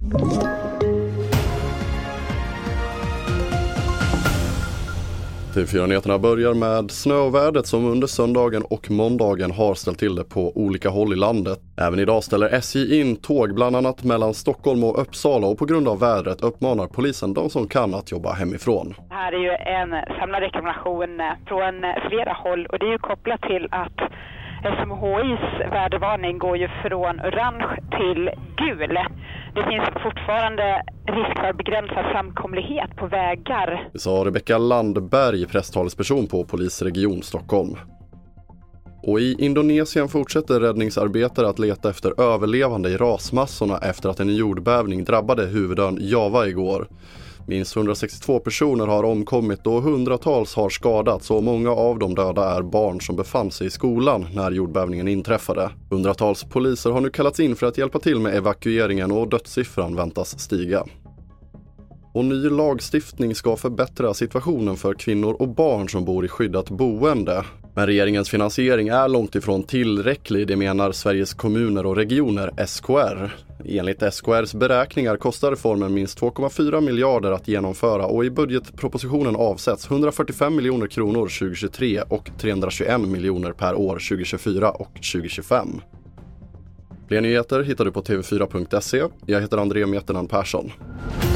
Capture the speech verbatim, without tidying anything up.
T V fyra-nyheterna börjar med snövädret som under söndagen och måndagen har ställt till det på olika håll i landet. Även idag ställer S J in tåg bland annat mellan Stockholm och Uppsala, och på grund av vädret uppmanar polisen de som kan att jobba hemifrån. Det här är ju en samlad rekommendation från flera håll, och det är ju kopplat till att S M H I:s vädervarning går ju från orange till gul. Det finns fortfarande risk för begränsad framkomlighet på vägar. Det sa Rebecka Landberg, presstalesperson på Polisregion Stockholm. Och i Indonesien fortsätter räddningsarbetare att leta efter överlevande i rasmassorna efter att en jordbävning drabbade huvudön Java igår. Minst hundrasextiotvå personer har omkommit och hundratals har skadats, och många av de döda är barn som befann sig i skolan när jordbävningen inträffade. Hundratals poliser har nu kallats in för att hjälpa till med evakueringen, och dödssiffran väntas stiga. Och ny lagstiftning ska förbättra situationen för kvinnor och barn som bor i skyddat boende. Men regeringens finansiering är långt ifrån tillräcklig, det menar Sveriges kommuner och regioner, S K R. Enligt S K R:s beräkningar kostar reformen minst två komma fyra miljarder att genomföra, och i budgetpropositionen avsätts hundrafyrtiofem miljoner kronor tjugohundratjugotre och trehundratjugoen miljoner per år tjugohundratjugofyra och tjugohundratjugofem. Fler nyheter hittar du på t v fyra punkt se. Jag heter André Meternan Persson.